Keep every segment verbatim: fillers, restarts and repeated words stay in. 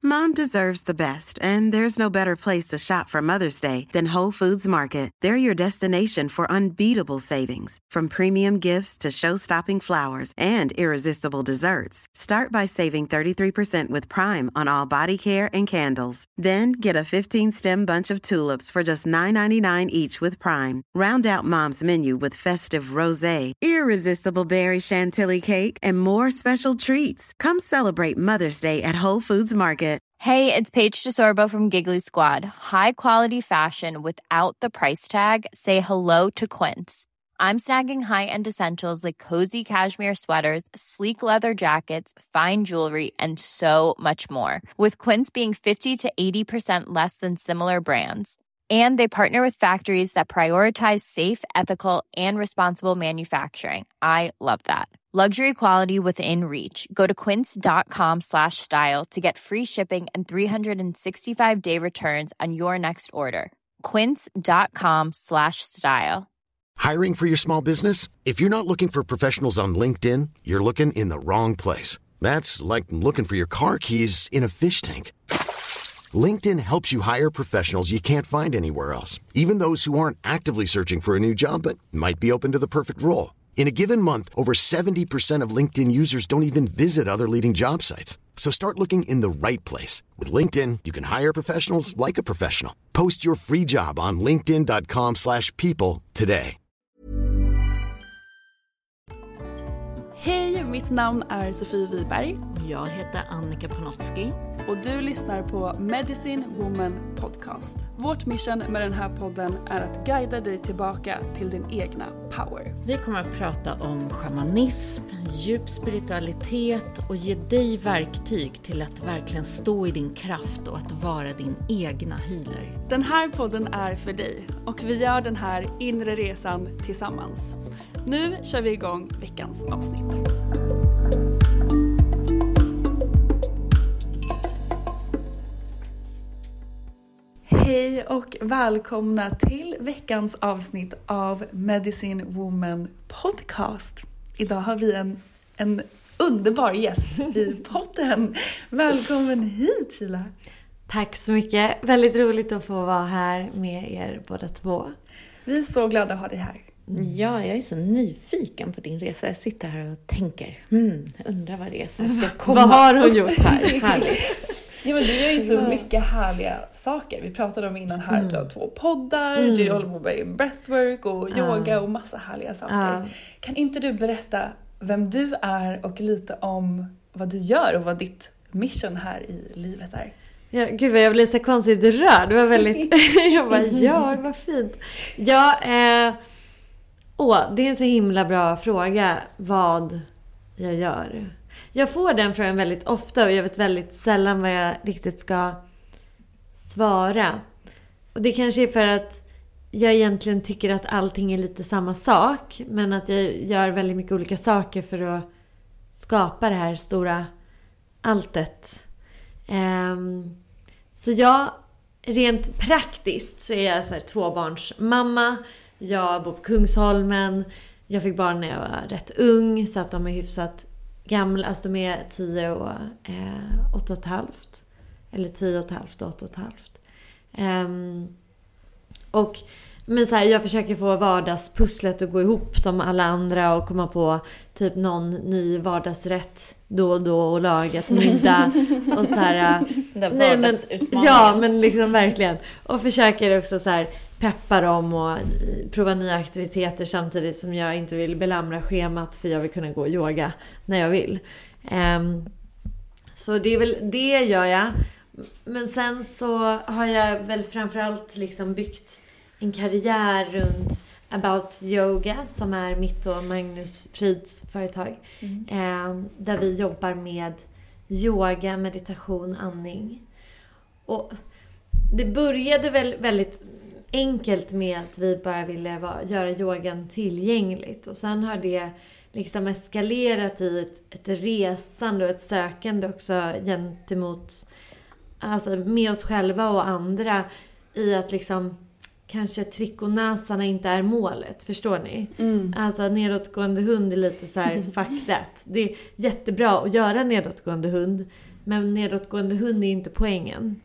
Mom deserves the best, and there's no better place to shop for Mother's Day than Whole Foods Market. They're your destination for unbeatable savings, from premium gifts to show-stopping flowers and irresistible desserts. Start by saving thirty-three percent with Prime on all body care and candles. Then get a fifteen-stem bunch of tulips for just nine ninety-nine each with Prime. Round out Mom's menu with festive rosé, irresistible berry chantilly cake, and more special treats. Come celebrate Mother's Day at Whole Foods Market. Hey, it's Paige DeSorbo from Giggly Squad. High quality fashion without the price tag. Say hello to Quince. I'm snagging high-end essentials like cozy cashmere sweaters, sleek leather jackets, fine jewelry, and so much more. With Quince being fifty to eighty percent less than similar brands. And they partner with factories that prioritize safe, ethical, and responsible manufacturing. I love that. Luxury quality within reach. Go to quince.com slash style to get free shipping and three sixty-five day returns on your next order. Quince.com slash style. Hiring for your small business? If you're not looking for professionals on LinkedIn, you're looking in the wrong place. That's like looking for your car keys in a fish tank. LinkedIn helps you hire professionals you can't find anywhere else, even those who aren't actively searching for a new job but might be open to the perfect role. In a given month, over seventy percent of LinkedIn users don't even visit other leading job sites. So start looking in the right place. With LinkedIn, you can hire professionals like a professional. Post your free job on linkedin.com slash people today. Hej, mitt namn är Sofie Wiberg. Jag heter Annika Panotski. Och du lyssnar på Medicine Woman Podcast. Vårt mission med den här podden är att guida dig tillbaka till din egna power. Vi kommer att prata om shamanism, djup spiritualitet och ge dig verktyg till att verkligen stå i din kraft och att vara din egna healer. Den här podden är för dig och vi gör den här inre resan tillsammans. Nu kör vi igång veckans avsnitt. Hej och välkomna till veckans avsnitt av Medicine Woman Podcast. Idag har vi en, en underbar gäst i podden. Välkommen hit, Sheila. Tack så mycket. Väldigt roligt att få vara här med er båda två. Vi är så glada att ha dig här. Mm. Ja, jag är så nyfiken på din resa. Jag sitter här och tänker, hmm, undrar vad resan ska komma. Vad har hon gjort här? Härligt. Ja, men du gör ju så mycket härliga saker. Vi pratade om innan här att du har två poddar. Mm. Du håller på med breathwork och yoga och massa härliga saker. Mm. Kan inte du berätta vem du är och lite om vad du gör och vad ditt mission här i livet är? Ja, gud vad jag blev så konstigt rörd. Det var väldigt... jag bara, ja, vad fint. Ja, eh... Åh, det är en så himla bra fråga vad jag gör. Jag får den frågan väldigt ofta och jag vet väldigt sällan vad jag riktigt ska svara. Och det kanske är för att jag egentligen tycker att allting är lite samma sak. Men att jag gör väldigt mycket olika saker för att skapa det här stora alltet. Um, så jag, rent praktiskt så är jag så här tvåbarnsmamma. Jag bor på Kungsholmen. Jag fick barn när jag var rätt ung. Så att de är hyfsat gamla. Alltså de är tio och eh, åtta och ett halvt. Eller tio och ett halvt och åtta och ett halvt. Um, och, men så här, jag försöker få vardagspusslet att gå ihop som alla andra. Och komma på typ någon ny vardagsrätt då och då. Och laga till middag. Och så här, nej, men, ja, men liksom verkligen. Och försöker också så här peppa dem och prova nya aktiviteter samtidigt som jag inte vill belamra schemat för jag vill kunna gå och yoga när jag vill. Um, så det är väl det gör jag. Men sen så har jag väl framförallt liksom byggt en karriär runt About Yoga som är mitt och Magnus Frids företag. Mm. Um, där vi jobbar med yoga, meditation, andning. Och det började väl väldigt enkelt med att vi bara ville vara, göra yogan tillgängligt. Och sen har det liksom eskalerat i ett, ett resande och ett sökande också gentemot, alltså med oss själva och andra, i att liksom kanske trickonasarna inte är målet, förstår ni? Mm. Alltså nedåtgående hund är lite så här fuck that. Det är jättebra att göra nedåtgående hund, Men nedåtgående hund är inte poängen.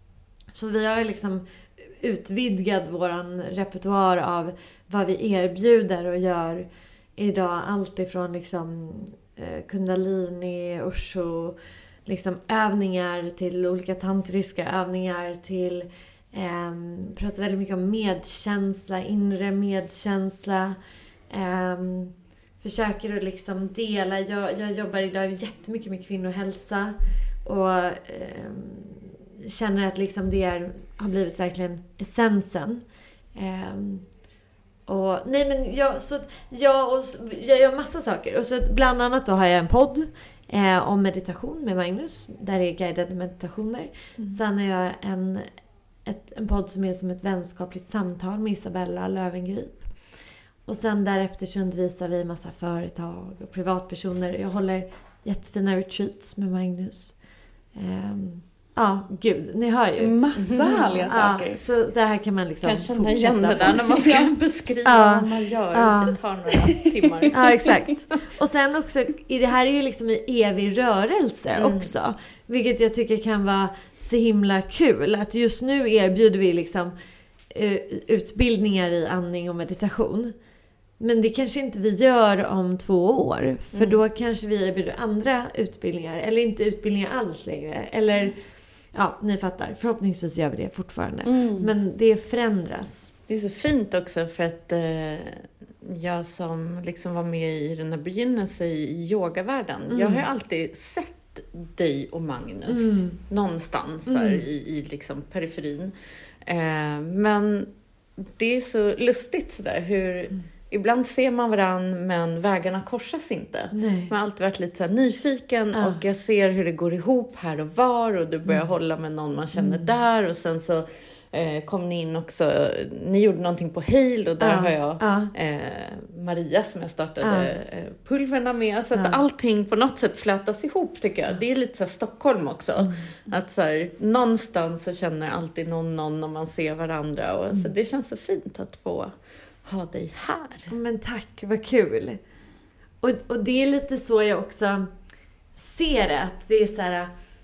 Så vi har liksom utvidgat våran repertoar av vad vi erbjuder och gör idag. Allt ifrån liksom eh, kundalini, osho, liksom övningar till olika tantriska övningar till eh, pratar väldigt mycket om medkänsla, inre medkänsla. Eh, försöker att liksom dela. Jag, jag jobbar idag jättemycket med kvinnohälsa och eh, känner att liksom det är, har blivit verkligen essensen. Eh, och nej men jag så jag och jag gör massa saker och så bland annat då har jag en podd eh, om meditation med Magnus där det är guidade meditationer. Mm. Sen har jag en ett, en podd som är som ett vänskapligt samtal med Isabella Löwengrip. Och sen därefter så undervisar vi massa företag och privatpersoner. Jag håller jättefina retreats med Magnus. Um, ja, gud, ni hör ju. Massa härliga mm. saker. Ja, så det här kan man liksom kan känna igen det där när man ska ja. beskriva ja. vad man gör. Ja. Det tar några timmar. Ja, exakt. Och sen också, det här är ju liksom i evig rörelse mm. också. Vilket jag tycker kan vara så himla kul. Att just nu erbjuder vi liksom uh, utbildningar i andning och meditation. Men det kanske inte vi gör om två år. För mm. då kanske vi erbjuder andra utbildningar. Eller inte utbildningar alls längre. Eller, ja, ni fattar. Förhoppningsvis gör vi det fortfarande. Mm. Men det förändras. Det är så fint också för att eh, jag som liksom var med i den här begynnelsen i yogavärlden. Mm. Jag har ju alltid sett dig och Magnus mm. någonstans mm. här i, i liksom periferin. Eh, men det är så lustigt sådär hur... Mm. Ibland ser man varann men vägarna korsas inte. Nej. Man har alltid varit lite så här nyfiken ja. och jag ser hur det går ihop här och var. Och du börjar mm. hålla med någon man känner mm. där. Och sen så eh, kom ni in också. Ni gjorde någonting på Heil och där ja. har jag ja. eh, Maria som jag startade ja. eh, pulverna med. Så att ja. allting på något sätt flätas ihop tycker jag. Det är lite så här Stockholm också. Mm. Att så här, någonstans så känner alltid någon någon om man ser varandra. Och, mm. Så det känns så fint att få... ha dig här. Men tack, vad kul. Och, och det är lite så jag också ser det. Att det är så här.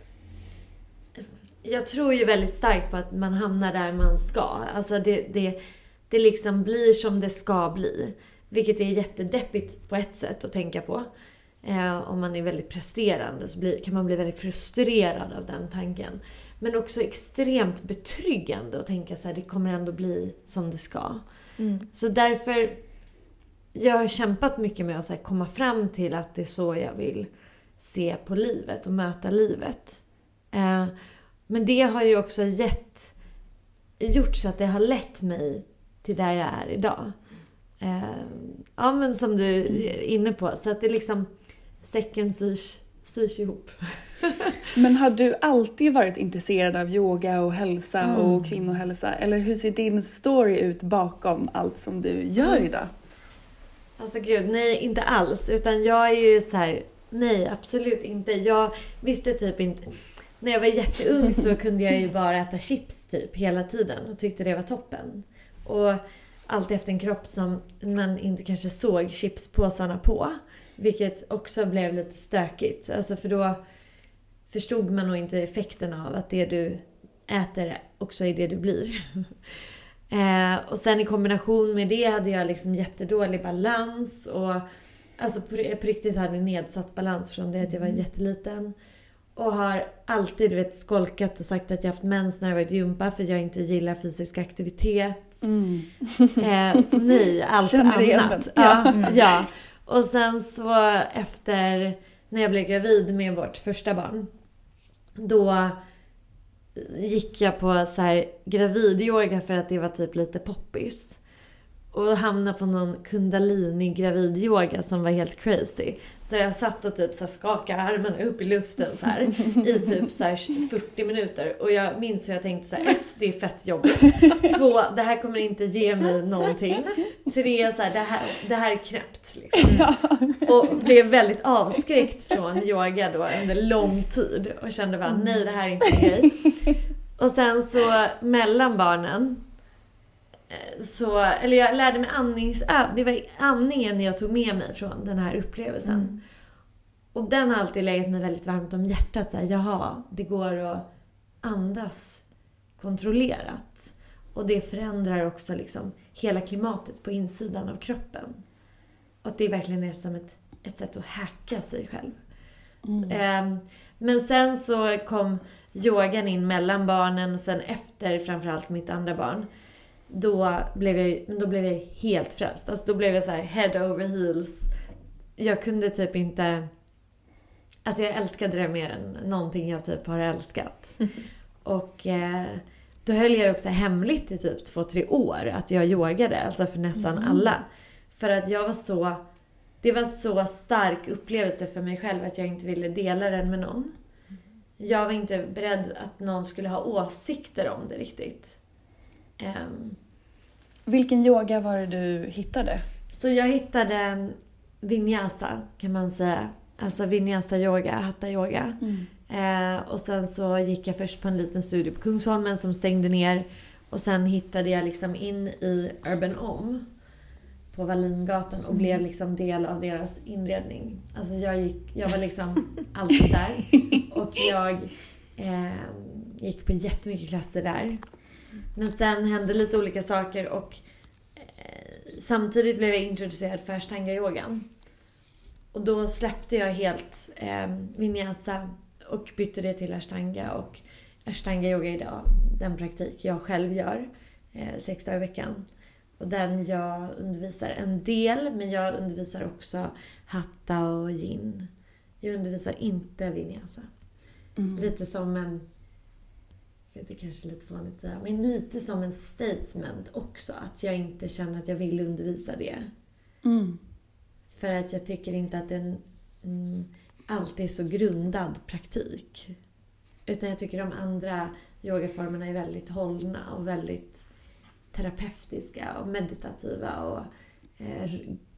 Jag tror ju väldigt starkt på att man hamnar där man ska. Alltså det, det, det liksom blir som det ska bli. Vilket är jättedeppigt på ett sätt att tänka på. Eh, om man är väldigt presterande så blir, kan man bli väldigt frustrerad av den tanken. Men också extremt betryggande att tänka så här, det kommer ändå bli som det ska. Mm. Så därför jag har kämpat mycket med att så här, komma fram till att det är så jag vill se på livet och möta livet. Eh, men det har ju också gett, gjort så att det har lett mig till där jag är idag. Eh, ja men som du är inne på. Så att det liksom säcken syrs, syrs ihop. Men har du alltid varit intresserad av yoga och hälsa mm. och kvinnohälsa? Eller hur ser din story ut bakom allt som du gör mm. idag? Alltså gud, nej inte alls. Utan jag är ju så här, nej absolut inte. Jag visste typ inte, när jag var jätteung så kunde jag ju bara äta chips typ hela tiden. Och tyckte det var toppen. Och allt efter en kropp som man inte kanske såg chipspåsarna på. Vilket också blev lite stökigt. Alltså för då förstod man nog inte effekten av att det du äter också är det du blir. eh, och sen i kombination med det hade jag liksom jättedålig balans. Och alltså på, på riktigt hade nedsatt balans från det att jag var jätteliten. Och har alltid du vet, skolkat och sagt att jag haft mens när jag varit gympa för jag inte gillar fysisk aktivitet. Mm. eh, så nej, allt annat. Ja, mm. ja. Och sen så efter när jag blev gravid med vårt första barn. Då gick jag på så här gravidyoga för att det var typ lite poppis. Och hamnade på någon kundalini gravidyoga som var helt crazy. Så jag satt och typ så här skakade armarna upp i luften så här i typ så här fyrtio minuter. Och jag minns hur jag tänkte så här, ett, det är fett jobbigt. Två, det här kommer inte ge mig någonting. Tre, så här, det här, det här är knäppt liksom. Och blev väldigt avskräckt från yoga då under lång tid. Och kände bara, nej det här är inte en grej. Och sen så mellan barnen så, eller jag lärde mig andningsöv. Det var andningen jag tog med mig från den här upplevelsen. Mm. Och den har alltid legat mig väldigt varmt om hjärtat. Så här, jaha, det går att andas kontrollerat. Och det förändrar också liksom hela klimatet på insidan av kroppen. Och att det verkligen är som ett, ett sätt att hacka sig själv. Mm. Um, men sen så kom yogan in mellan barnen och sen efter framförallt mitt andra barn. Då blev jag, då blev jag helt frälst. Alltså då blev jag så här head over heels. Jag kunde typ inte... Alltså jag älskade det mer än någonting jag typ har älskat. Mm. Och eh, då höll jag det också hemligt i typ två, tre år att jag yogade. Alltså för nästan mm. alla. För att jag var så... Det var så stark upplevelse för mig själv att jag inte ville dela den med någon. Jag var inte beredd att någon skulle ha åsikter om det riktigt. Um, Vilken yoga var det du hittade? Så jag hittade vinyasa kan man säga. Alltså vinyasa yoga, hatha yoga. Mm. Uh, och sen så gick jag först på en liten studio på Kungsholmen som stängde ner. Och sen hittade jag liksom in i Urban Om på Wallingatan och mm. blev liksom del av deras inredning. Alltså jag gick, jag var liksom alltid där. Och jag eh, gick på jättemycket klasser där. Men sen hände lite olika saker och eh, samtidigt blev jag introducerad för ashtanga-yogan. Och då släppte jag helt eh, vinyasa och bytte det till ashtanga. Och ashtanga-yoga idag, den praktik jag själv gör eh, sex dagar i veckan. Och den jag undervisar en del, men jag undervisar också hatha och yin. Jag undervisar inte vinyasa. Mm. Lite som en, det är kanske lite vanligt att säga, men lite som en statement också. Att jag inte känner att jag vill undervisa det. Mm. För att jag tycker inte att den mm, alltid är så grundad praktik. Utan jag tycker de andra yogaformerna är väldigt hållna och väldigt terapeutiska och meditativa och eh,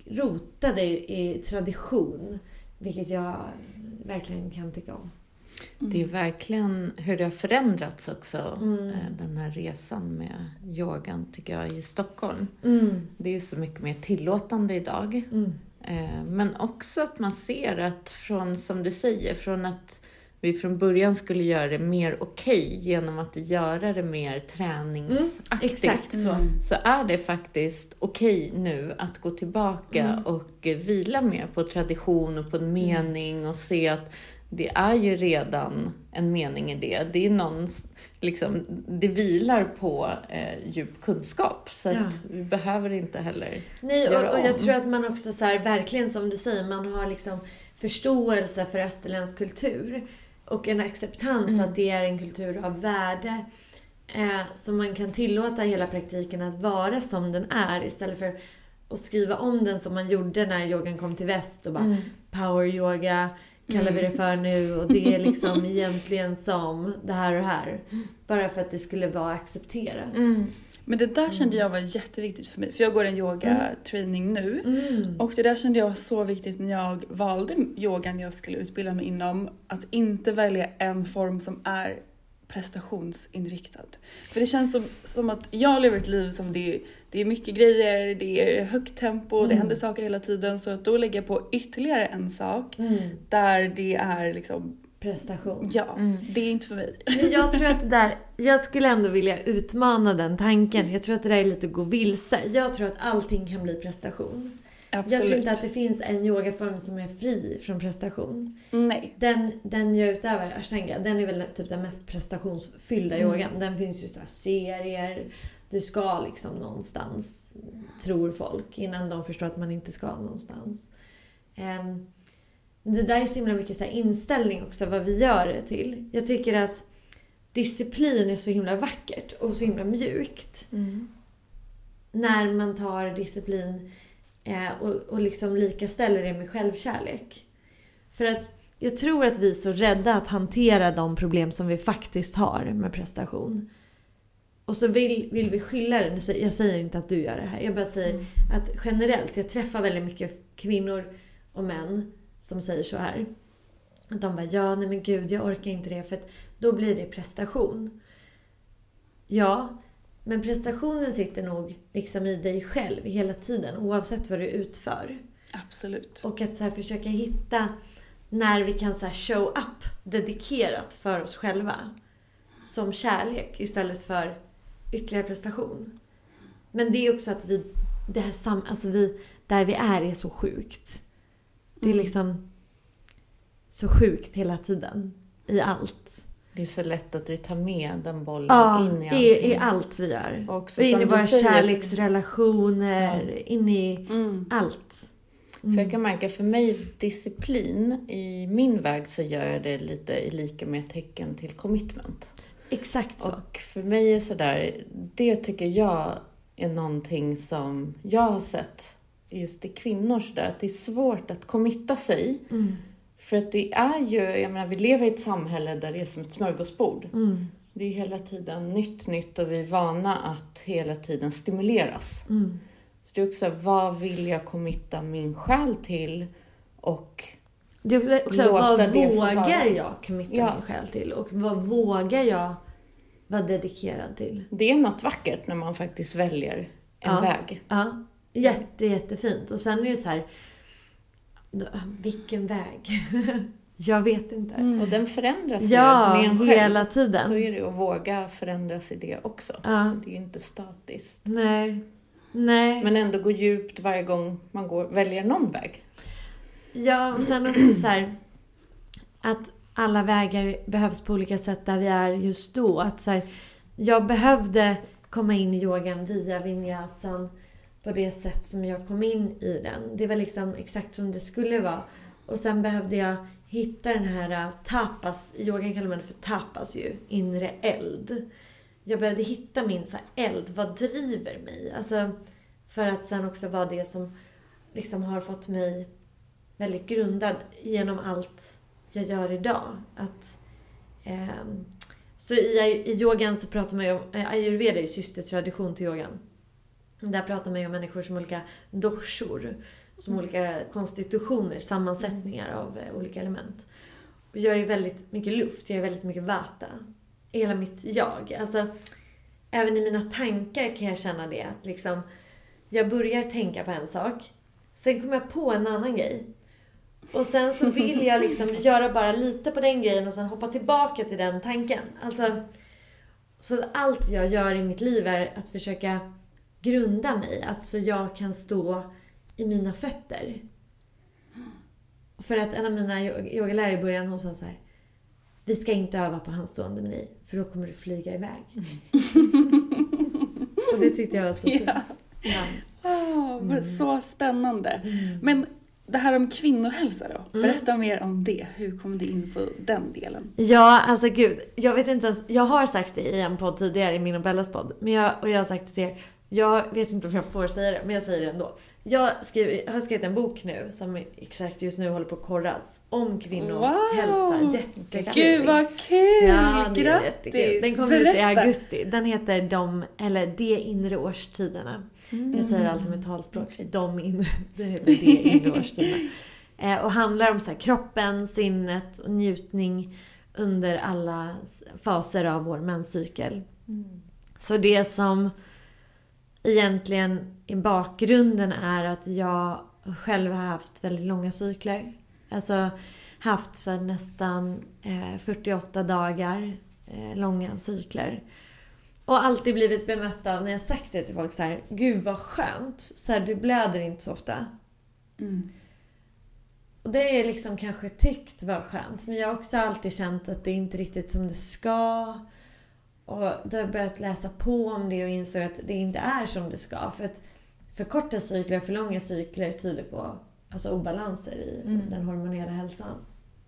rotade i, i tradition. Vilket jag verkligen kan tycka om. Mm. Det är verkligen hur det har förändrats också. Mm. Den här resan med yogan tycker jag i Stockholm. Mm. Det är ju så mycket mer tillåtande idag. Mm. Men också att man ser att från, som du säger, från att vi från början skulle göra det mer okej genom att göra det mer träningsaktigt. Mm, exakt så. Mm. Så är det faktiskt okej nu att gå tillbaka mm. och vila mer på tradition och på en mening och se att det är ju redan en mening i det. Det är någon, liksom, det vilar på eh, djup kunskap. Så ja. Att vi behöver inte heller Nej, och, göra och jag om. tror att man också så här, verkligen som du säger, man har liksom förståelse för österländsk kultur. Och en acceptans mm. att det är en kultur av värde. Eh, så man kan tillåta hela praktiken att vara som den är. Istället för att skriva om den som man gjorde när yogan kom till väst. Och bara mm. power yoga kallar mm. vi det för nu. Och det är liksom egentligen som det här och här. Bara för att det skulle vara accepterat. Mm. Men det där kände jag var jätteviktigt för mig. För jag går en yoga-training nu. Mm. Och det där kände jag var så viktigt när jag valde yogan jag skulle utbilda mig inom. Att inte välja en form som är prestationsinriktad. För det känns som, som att jag lever ett liv som det, det är mycket grejer, det är högt tempo, mm. det händer saker hela tiden. Så att då lägger jag på ytterligare en sak mm. där det är liksom... prestation. Ja, mm. det är inte för mig. Men jag tror att det där, jag skulle ändå vilja utmana den tanken. Jag tror att det där är lite att gå vilse. Jag tror att allting kan bli prestation. Absolut. Jag tror inte att det finns en yogaform som är fri från prestation. Nej. Den, den jag utövar, ashtanga, den är väl typ den mest prestationsfyllda mm. yogan. Den finns ju så här serier. Du ska liksom någonstans, tror folk, innan de förstår att man inte ska någonstans. Um, Det där är så himla mycket så här inställning också, vad vi gör det till. Jag tycker att disciplin är så himla vackert och så himla mjukt. Mm. När man tar disciplin eh, och, och liksom lika ställer det med självkärlek. För att jag tror att vi är så rädda att hantera de problem som vi faktiskt har med prestation. Och så vill, vill vi skylla det. Jag säger inte att du gör det här. Jag bara säger mm. att generellt, jag träffar väldigt mycket kvinnor och män som säger så här. Att de bara, ja nej men gud, jag orkar inte det. För att då blir det prestation. Ja, men prestationen sitter nog liksom i dig själv hela tiden. Oavsett vad du utför. Absolut. Och att så här försöka hitta när vi kan så här show up dedikerat för oss själva som kärlek istället för ytterligare prestation. Men det är också att vi, det här sam, alltså vi, där vi är är så sjukt. Det är liksom så sjukt hela tiden i allt. Det är så lätt att vi tar med den bollen ja, in i allting. i, i allt vi gör. Och också, in i våra säger, kärleksrelationer, ja. in i mm. allt. Mm. För jag kan märka, för mig disciplin i min väg så gör jag det lite i lika med tecken till commitment. Exakt så. Och för mig är sådär, det tycker jag är någonting som jag har sett just i kvinnor sådär, att det är svårt att committa sig. Mm. För att det är ju, jag menar, vi lever i ett samhälle där det är som ett smörgåsbord. Mm. Det är hela tiden nytt, nytt och vi är vana att hela tiden stimuleras. Mm. Så det är också, vad vill jag committa min själ till? Och det är också, också vad vågar jag committa ja. min själ till? Och vad vågar jag vara dedikerad till? Det är något vackert när man faktiskt väljer en ja. väg. Ja, jätte, jättefint. Och sen är det så här, vilken väg? Jag vet inte. Mm. Och den förändras ja, ju med en själv. Hela tiden. Så är det att våga förändras i det också. Ja. Så det är ju inte statiskt. Nej. Nej. Men ändå gå djupt varje gång man går, väljer någon väg. Ja, och sen också så här, att alla vägar behövs på olika sätt där vi är just då. Att så här, jag behövde komma in i yogan via vinyasan på det sätt som jag kom in i den. Det var liksom exakt som det skulle vara. Och sen behövde jag hitta den här tapas, i yogan kallar man det för tapas ju, inre eld. Jag behövde hitta min så här eld, vad driver mig? Alltså för att sen också vara det som liksom har fått mig väldigt grundad genom allt jag gör idag. Att, eh, så i, i yogan så pratar man ju om, ayurveda är ju systertradition till yogan. Där pratar man ju om människor som olika doshor, som mm. olika konstitutioner, sammansättningar av eh, olika element. Och jag är väldigt mycket luft, jag är väldigt mycket vata. Hela mitt jag. Alltså, även i mina tankar kan jag känna det. Att liksom, jag börjar tänka på en sak. Sen kommer jag på en annan grej. Och sen så vill jag liksom göra bara lite på den grejen och sen hoppa tillbaka till den tanken. Alltså, så allt jag gör i mitt liv är att försöka grunda mig. Att så jag kan stå i mina fötter. För att en av mina yogalärare i början, hon sa så här: vi ska inte öva på handstående med dig, för då kommer du flyga iväg. Mm. Och det tyckte jag var så fint. Ja. Ja. Oh, mm. Så spännande. Mm. Men det här om kvinnohälsa då. Berätta mm. mer om det. Hur kom du in på den delen? Ja, alltså gud. Jag vet inte ens, jag har sagt det i en podd tidigare, i min och Bellas podd. Men jag, och jag har sagt det till er. Jag vet inte om jag får säga det, men jag säger det ändå. Jag, skriver, jag har skrivit en bok nu som exakt just nu håller på att korras om kvinnohälsa. Wow. Jättekul. Gud vad kul! Ja, det är jättekul. Den kommer ut i augusti. Den heter de, eller De inre årstiderna. Mm. Jag säger alltid med talspråk. De inre, det heter De inre årstiderna. Eh, och handlar om så här, kroppen, sinnet och njutning under alla faser av vår menscykel. Mm. Så det som egentligen i bakgrunden är att jag själv har haft väldigt långa cykler. Alltså haft så nästan eh, fyrtioåtta dagar eh, långa cykler. Och alltid blivit bemött av, när jag sagt det till folk så här: gud vad skönt, så här, du blöder inte så ofta. Mm. Och det är liksom kanske tyckt var skönt, men jag har också alltid känt att det är inte riktigt som det ska. Och då har jag börjat läsa på om det och insåg att det inte är som det ska. För att för korta cykler och för långa cykler tyder på alltså obalanser i mm. den hormonella hälsan.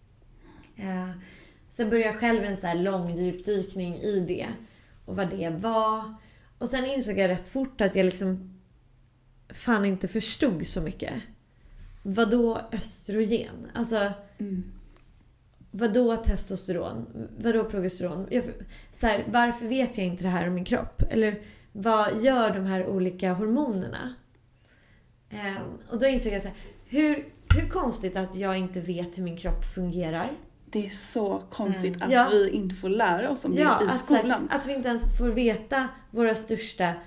Eh, sen började jag själv en så här lång djupdykning i det. Och vad det var. Och sen insåg jag rätt fort att jag liksom fan inte förstod så mycket. Vadå östrogen? Alltså... Mm. Vadå testosteron? Vadå progesteron? Jag, så här, varför vet jag inte det här om min kropp? Eller vad gör de här olika hormonerna? Eh, och då insåg jag så här, hur, hur konstigt att jag inte vet hur min kropp fungerar. Det är så konstigt mm. att ja. vi inte får lära oss om det ja, i att, skolan. Här, att vi inte ens får veta våra största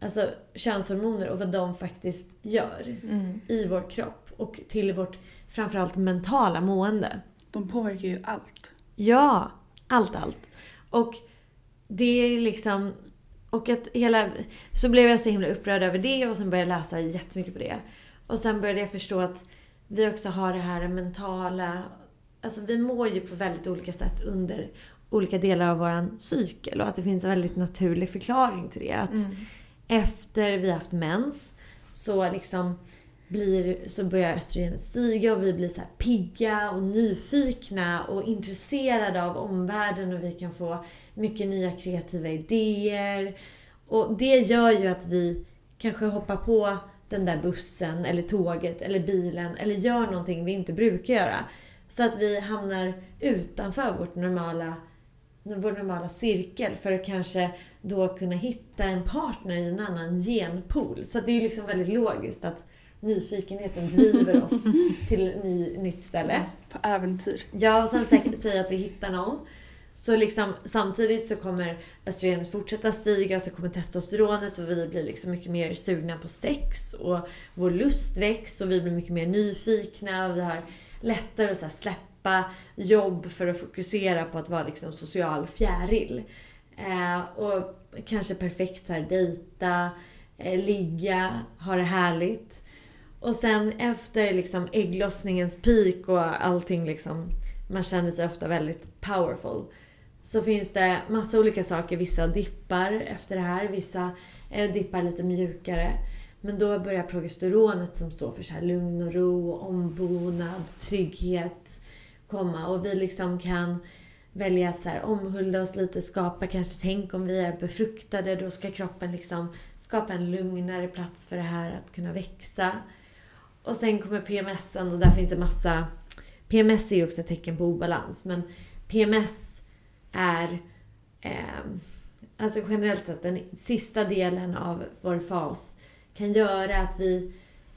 alltså könshormoner och vad de faktiskt gör mm. i vår kropp och till vårt framförallt mentala mående. De påverkar ju allt. Ja, allt, allt. Och det är liksom... Och att hela... Så blev jag så himla upprörd över det och sen började jag läsa jättemycket på det. Och sen började jag förstå att vi också har det här mentala... Alltså vi mår ju på väldigt olika sätt under olika delar av våran cykel. Och att det finns en väldigt naturlig förklaring till det. Att mm. efter vi har haft mens så liksom... Blir, så börjar östrogenet stiga och vi blir så här pigga och nyfikna och intresserade av omvärlden och vi kan få mycket nya kreativa idéer. Och det gör ju att vi kanske hoppar på den där bussen eller tåget eller bilen eller gör någonting vi inte brukar göra. Så att vi hamnar utanför vårt normala, vår normala cirkel för att kanske då kunna hitta en partner i en annan genpool. Så att det är liksom väldigt logiskt att nyfikenheten driver oss till ett ny, nytt ställe. På äventyr. Ja, och sen säkert säga att vi hittar någon. Så liksom, samtidigt så kommer östrogenet fortsätta stiga och så kommer testosteronet och vi blir liksom mycket mer sugna på sex och vår lust väcks och vi blir mycket mer nyfikna och vi har lättare att så här släppa jobb för att fokusera på att vara liksom social fjäril. Eh, och kanske perfekt så här dejta, eh, ligga, ha det härligt. Och sen efter liksom ägglossningens peak och allting liksom, man känner sig ofta väldigt powerful. Så finns det massa olika saker. Vissa dippar efter det här, vissa eh, dippar lite mjukare. Men då börjar progesteronet som står för så här lugn och ro, ombonad, trygghet komma. Och vi liksom kan välja att så här omhulda oss lite, skapa kanske, tänk om vi är befruktade, då ska kroppen liksom skapa en lugnare plats för det här att kunna växa. Och sen kommer P M S-en och där finns en massa... P M S är ju också ett tecken på obalans. Men P M S är... Eh, alltså generellt sett den sista delen av vår fas kan göra att vi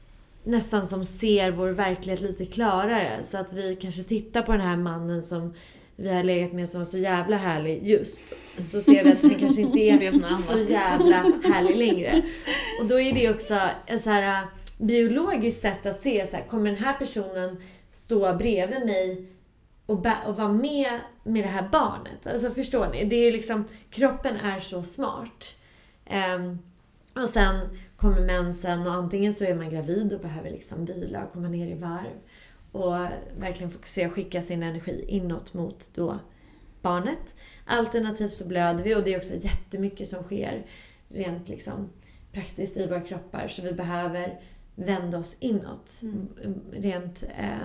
nästan som ser vår verklighet lite klarare. Så att vi kanske tittar på den här mannen som vi har legat med som var så jävla härlig just. Så ser vi att han kanske inte är så jävla härlig längre. Och då är det också en så här... biologiskt sätt att se så här, kommer den här personen stå bredvid mig och, bä- och vara med med det här barnet. Alltså förstår ni? Det är liksom, kroppen är så smart. Um, och sen kommer mensen och antingen så är man gravid och behöver liksom vila och komma ner i varv. Och verkligen fokusera, skicka sin energi inåt mot då barnet. Alternativt så blöder vi och det är också jättemycket som sker rent liksom praktiskt i våra kroppar. Så vi behöver vända oss inåt. Mm. Rent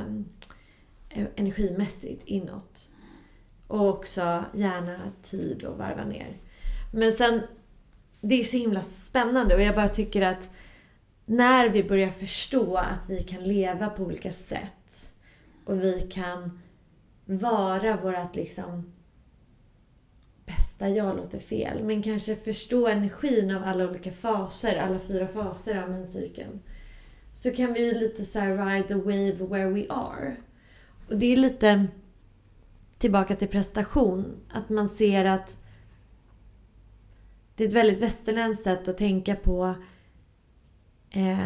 eh, energimässigt inåt. Och också gärna tid att varva ner. Men sen, det är så himla spännande och jag bara tycker att när vi börjar förstå att vi kan leva på olika sätt och vi kan vara vårat liksom bästa, jag låter fel, men kanske förstå energin av alla olika faser, alla fyra faser av menscykeln, så kan vi lite så här ride the wave where we are. Och det är lite tillbaka till prestation, att man ser att det är ett väldigt västerländskt sätt att tänka på eh,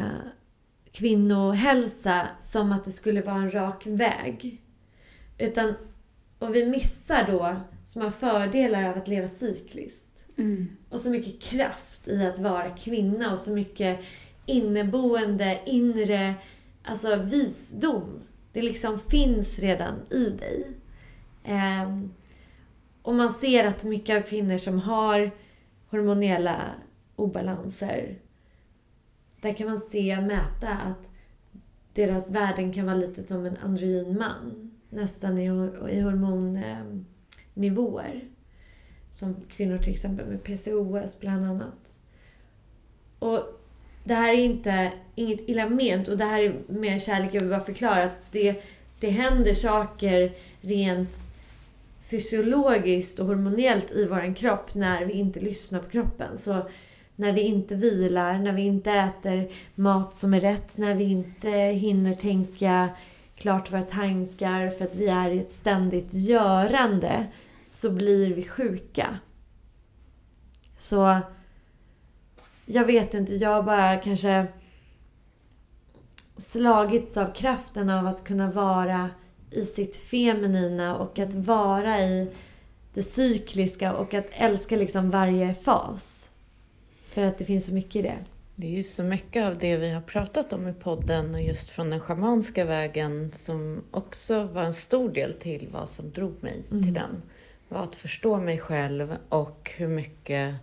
kvinnohälsa som att det skulle vara en rak väg. Utan, och vi missar då som har fördelar av att leva cykliskt. Mm. Och så mycket kraft i att vara kvinna och så mycket inneboende, inre, alltså visdom. Det liksom finns redan i dig. Eh, och man ser att mycket av kvinnor som har hormonella obalanser, där kan man se och mäta att deras värden kan vara lite som en androgyn man. Nästan i, i hormonnivåer. Som kvinnor till exempel med P C O S bland annat. Och det här är inte inget illa ment. Och det här är med kärlek, jag vill bara förklara att det, det händer saker rent fysiologiskt och hormonellt i våran kropp när vi inte lyssnar på kroppen. Så när vi inte vilar, när vi inte äter mat som är rätt, när vi inte hinner tänka klart våra tankar för att vi är i ett ständigt görande, så blir vi sjuka. Så jag vet inte, jag bara kanske slagits av kraften av att kunna vara i sitt feminina och att vara i det cykliska och att älska liksom varje fas. För att det finns så mycket i det. Det är ju så mycket av det vi har pratat om i podden och just från den schamanska vägen som också var en stor del till vad som drog mig mm. till den. Var att förstå mig själv och hur mycket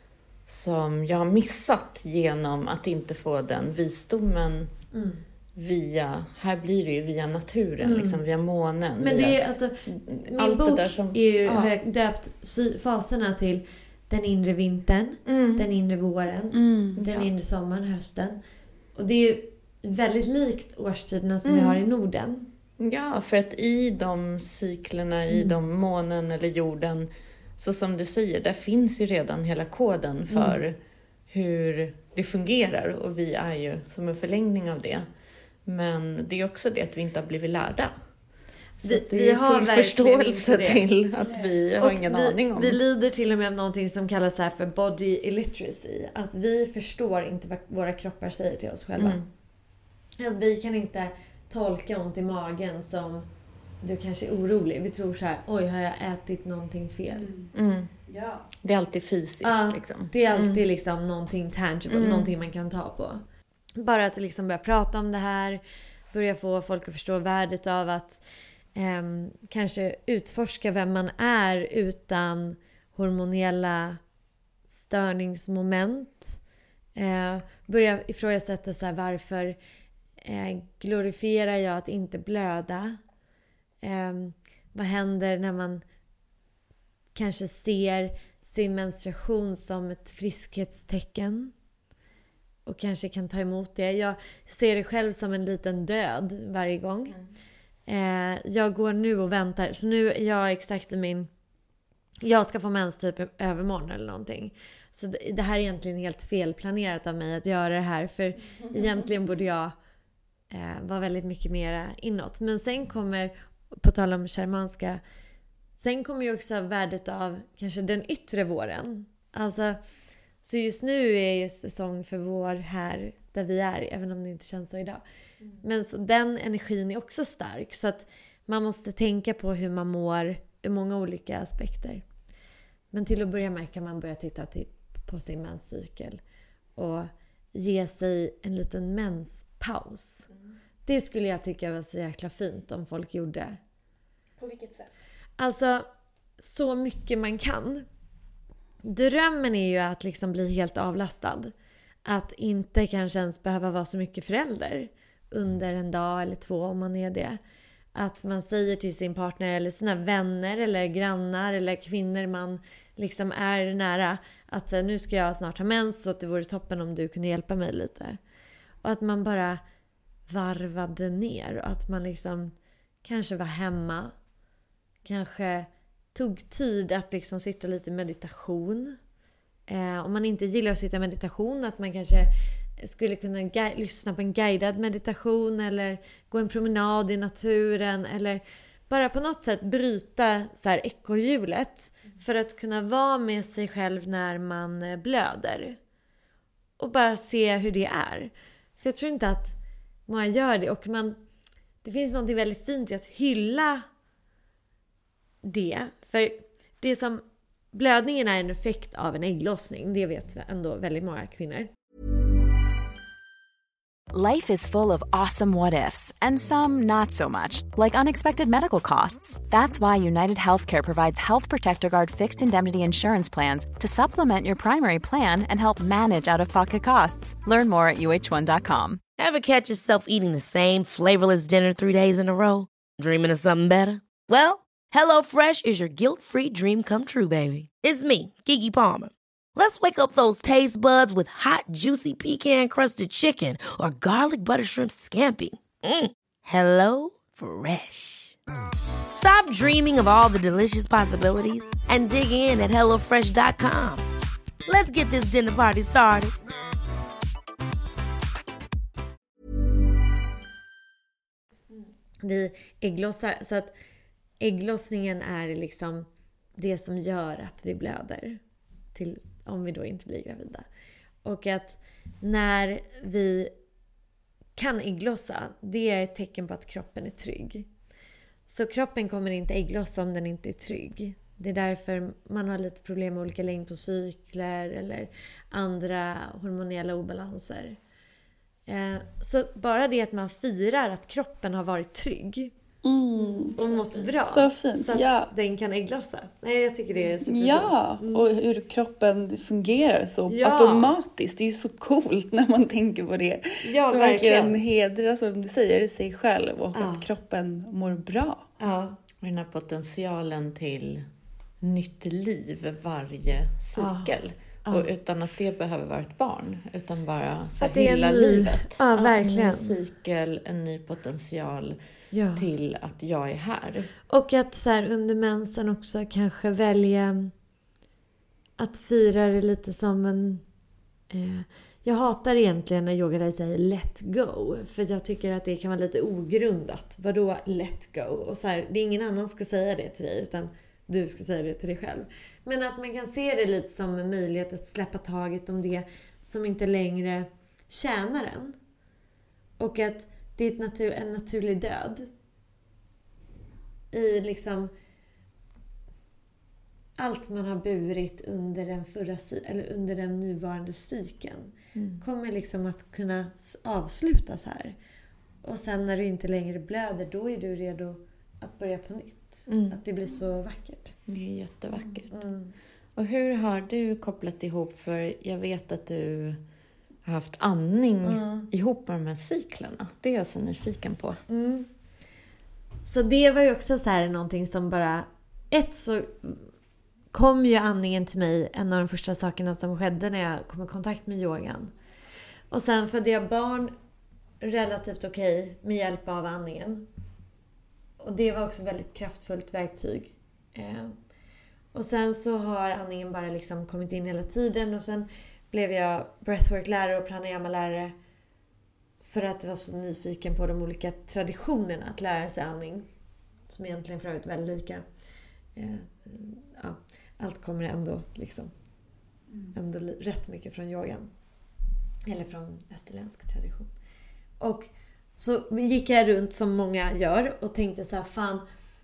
som jag har missat genom att inte få den visdomen mm. via, här blir det ju via naturen, mm. liksom via månen. Men via, det är alltså, min allt bok det där som, är ju, ja. har jag döpt faserna till den inre vintern, mm. den inre våren, mm. den ja. inre sommaren, hösten. Och det är ju väldigt likt årstiderna som mm. vi har i Norden. Ja, för att i de cyklerna, i mm. de månen eller jorden, så som du säger, där finns ju redan hela koden för mm. hur det fungerar. Och vi är ju som en förlängning av det. Men det är också det att vi inte har blivit lärda. Så vi, det är vi har full förståelse till att vi har och ingen vi, aning om. Vi lider till och med av någonting som kallas här för body illiteracy. Att vi förstår inte vad våra kroppar säger till oss själva. Mm. Att vi kan inte tolka ont i magen som du kanske är orolig. Vi tror så här, oj, har jag ätit någonting fel? Mm. Mm. Ja. Det är alltid fysiskt. Ja, liksom. Det är alltid mm. liksom någonting tangible, mm. någonting man kan ta på. Bara att liksom börja prata om det här, börja få folk att förstå värdet av att eh, kanske utforska vem man är utan hormonella störningsmoment. Eh, börja ifrågasätta så här, varför eh, glorifierar jag att inte blöda? Eh, vad händer när man kanske ser sin menstruation som ett friskhetstecken och kanske kan ta emot det. Jag ser det själv som en liten död varje gång. Mm. Eh, jag går nu och väntar. Så nu är jag exakt i min... Jag ska få mens typ övermorgon eller någonting. Så det, det här är egentligen helt felplanerat av mig att göra det här. För egentligen borde jag eh, vara väldigt mycket mer inåt. Men sen kommer, på tal om schamanska, sen kommer ju också värdet av kanske den yttre våren. Alltså, så just nu är ju säsong för vår här där vi är, även om det inte känns så idag. Mm. Men så den energin är också stark, så att man måste tänka på hur man mår ur många olika aspekter. Men till att börja med kan man börja titta till, på sin menscykel och ge sig en liten menspaus. Mm. Det skulle jag tycka var så jäkla fint om folk gjorde. På vilket sätt? Alltså, så mycket man kan. Drömmen är ju att liksom bli helt avlastad. Att inte kanske ens behöva vara så mycket förälder under en dag eller två om man är det. Att man säger till sin partner eller sina vänner eller grannar eller kvinnor man liksom är nära att så, nu ska jag snart ha mens så att det vore toppen om du kunde hjälpa mig lite. Och att man bara varvade ner och att man liksom kanske var hemma. Kanske tog tid att liksom sitta lite i meditation. Eh, om man inte gillar att sitta i meditation, att man kanske skulle kunna gu- lyssna på en guidad meditation eller gå en promenad i naturen eller bara på något sätt bryta så här ekorrhjulet för att kunna vara med sig själv när man blöder. Och bara se hur det är. För jag tror inte att många gör det, och man, det finns något väldigt fint i att hylla det. För det som blödningen är en effekt av en ägglossning, det vet ändå väldigt många kvinnor. Life is full of awesome what ifs and some not so much, like unexpected medical costs. That's why United Healthcare provides Health Protector Guard fixed indemnity insurance plans to supplement your primary plan and help manage out-of-pocket costs. Learn more at U H one dot com. Ever catch yourself eating the same flavorless dinner three days in a row? Dreaming of something better? Well, HelloFresh is your guilt-free dream come true, baby. It's me, Keke Palmer. Let's wake up those taste buds with hot, juicy pecan-crusted chicken or garlic butter shrimp scampi. Mm. Hello Fresh. Stop dreaming of all the delicious possibilities and dig in at hello fresh dot com. Let's get this dinner party started. Vi ägglossar, så att ägglossningen är liksom det som gör att vi blöder till, om vi då inte blir gravida. Och att när vi kan ägglossa, det är ett tecken på att kroppen är trygg. Så kroppen kommer inte ägglossa om den inte är trygg. Det är därför man har lite problem med olika längd på cykler eller andra hormonella obalanser. Eh, så bara det att man firar att kroppen har varit trygg mm. och mått bra. Så fint. Så att ja. den kan ägglossa. Nej, jag tycker det är superfint. Ja, mm. och hur kroppen fungerar så ja. automatiskt. Det är ju så coolt när man tänker på det. Ja, så verkligen. verkligen hedra, som du säger, sig själv och ja. att kroppen mår bra. Ja. Och den här potentialen till nytt liv varje cykel. Ja. Och utan att det behöver vara ett barn. Utan bara så att det är hela ny... livet. Ja, verkligen. En ny cykel, en ny potential ja. till att jag är här. Och att så här, under mensen också kanske välja att fira det lite som en... Eh, jag hatar egentligen när yogalärare säger let go. För jag tycker att det kan vara lite ogrundat. Vadå let go? Och så här, det är ingen annan ska säga det till dig utan du ska säga det till dig själv. Men att man kan se det lite som en möjlighet att släppa taget om det som inte längre tjänar en. Och att det är ett natur, en naturlig död. I liksom allt man har burit under den förra eller under den nuvarande cykeln mm. kommer liksom att kunna avslutas här. Och sen när du inte längre blöder, då är du redo att börja på nytt. Mm. Att det blir så vackert. Det är jättevackert. Mm. Och hur har du kopplat ihop, för jag vet att du har haft andning mm. ihop med de här cyklerna. Det är jag så nyfiken på. Mm. Så det var ju också så här någonting som bara... Ett så kom ju andningen till mig, en av de första sakerna som skedde när jag kom i kontakt med yogan. Och sen födde jag barn relativt okej med hjälp av andningen. Och det var också väldigt kraftfullt verktyg. Eh, och sen så har andningen bara liksom kommit in hela tiden. Och sen blev jag breathwork-lärare och pranayama-lärare. För att jag var så nyfiken på de olika traditionerna att lära sig andning. Som egentligen för övrigt är väldigt lika. Eh, ja, allt kommer ändå liksom ändå rätt mycket från yogan. Eller från österländsk tradition. Och så gick jag runt som många gör och tänkte så här, fan,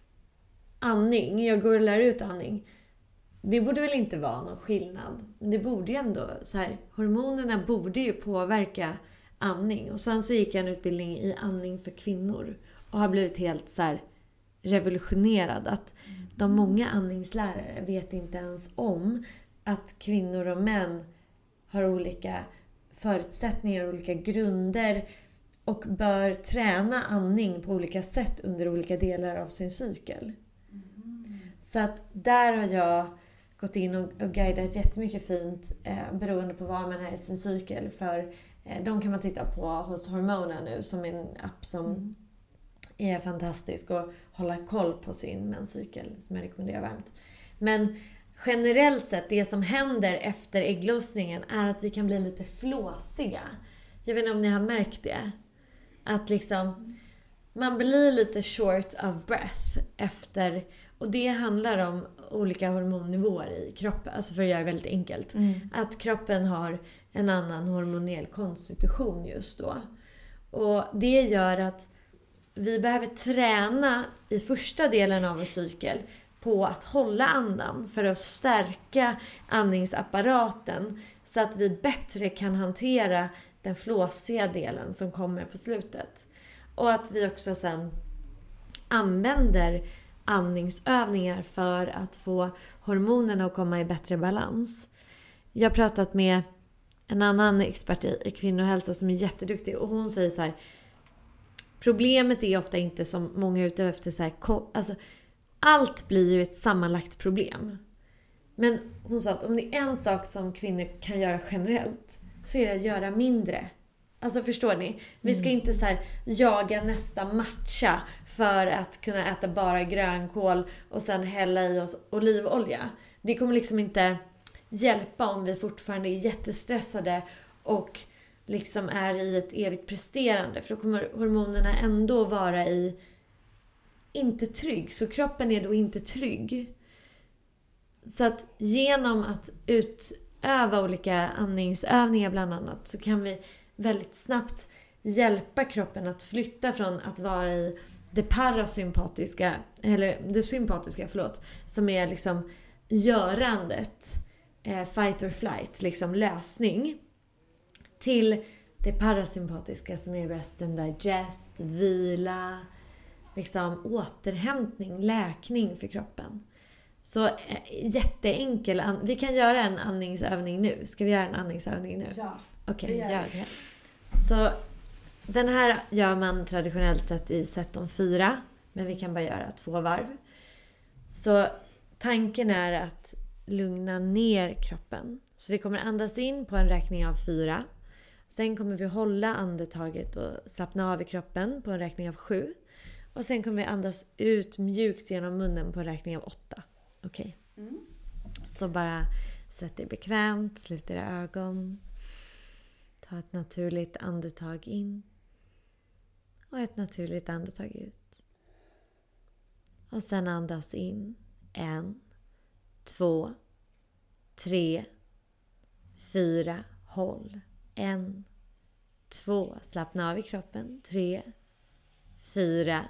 andning, jag går och lär ut andning. Det borde väl inte vara någon skillnad. Men det borde ju ändå, så här, hormonerna borde ju påverka andning. Och sen så gick jag en utbildning i andning för kvinnor. Och har blivit helt så här revolutionerad. Att de många andningslärare vet inte ens om att kvinnor och män har olika förutsättningar, olika grunder. Och bör träna andning på olika sätt under olika delar av sin cykel. Mm. Så att där har jag gått in och, och guidat jättemycket fint. Eh, beroende på var man är i sin cykel. För eh, de kan man titta på hos Hormona nu. Som är en app som mm. är fantastisk. Och hålla koll på sin menscykel. Som jag rekommenderar varmt. Men generellt sett, det som händer efter ägglossningen är att vi kan bli lite flåsiga. Jag vet inte om ni har märkt det. Att liksom, man blir lite short of breath efter, och det handlar om olika hormonnivåer i kroppen, alltså för att göra det väldigt enkelt. Mm. Att kroppen har en annan hormonell konstitution just då. Och det gör att vi behöver träna i första delen av vår cykel på att hålla andan för att stärka andningsapparaten så att vi bättre kan hantera den flåsiga delen som kommer på slutet. Och att vi också sen använder andningsövningar för att få hormonerna att komma i bättre balans. Jag har pratat med en annan expert i kvinnohälsa som är jätteduktig och hon säger så här: problemet är ofta inte som många är ute efter så här, alltså, allt blir ju ett sammanlagt problem. Men hon sa att om det är en sak som kvinnor kan göra generellt så är det att göra mindre. Alltså förstår ni? Vi ska inte så här jaga nästa matcha för att kunna äta bara grönkål och sen hälla i oss olivolja. Det kommer liksom inte hjälpa om vi fortfarande är jättestressade och liksom är i ett evigt presterande. För då kommer hormonerna ändå vara i inte trygg. Så kroppen är då inte trygg. Så att genom att ut öva olika andningsövningar bland annat, så kan vi väldigt snabbt hjälpa kroppen att flytta från att vara i det parasympatiska, eller det sympatiska, förlåt, som är liksom görandet, eh, fight or flight, liksom lösning, till det parasympatiska som är rest and digest, vila, liksom återhämtning, läkning för kroppen. Så eh, jätteenkel, vi kan göra en andningsövning nu. Ska vi göra en andningsövning nu? Ja. Okej. Vi gör det. Så den här gör man traditionellt sett i set om fyra, men vi kan bara göra två varv. Så tanken är att lugna ner kroppen. Så vi kommer andas in på en räkning av fyra. Sen kommer vi hålla andetaget och slappna av i kroppen på en räkning av sju. Och sen kommer vi andas ut mjukt genom munnen på en räkning av åtta. Okej. Okay. Mm. Så bara sätt dig bekvämt, sluta era ögon. Ta ett naturligt andetag in. Och ett naturligt andetag ut. Och sen andas in. En, två, tre, fyra. Håll. En, två. Slappna av i kroppen. Tre, fyra,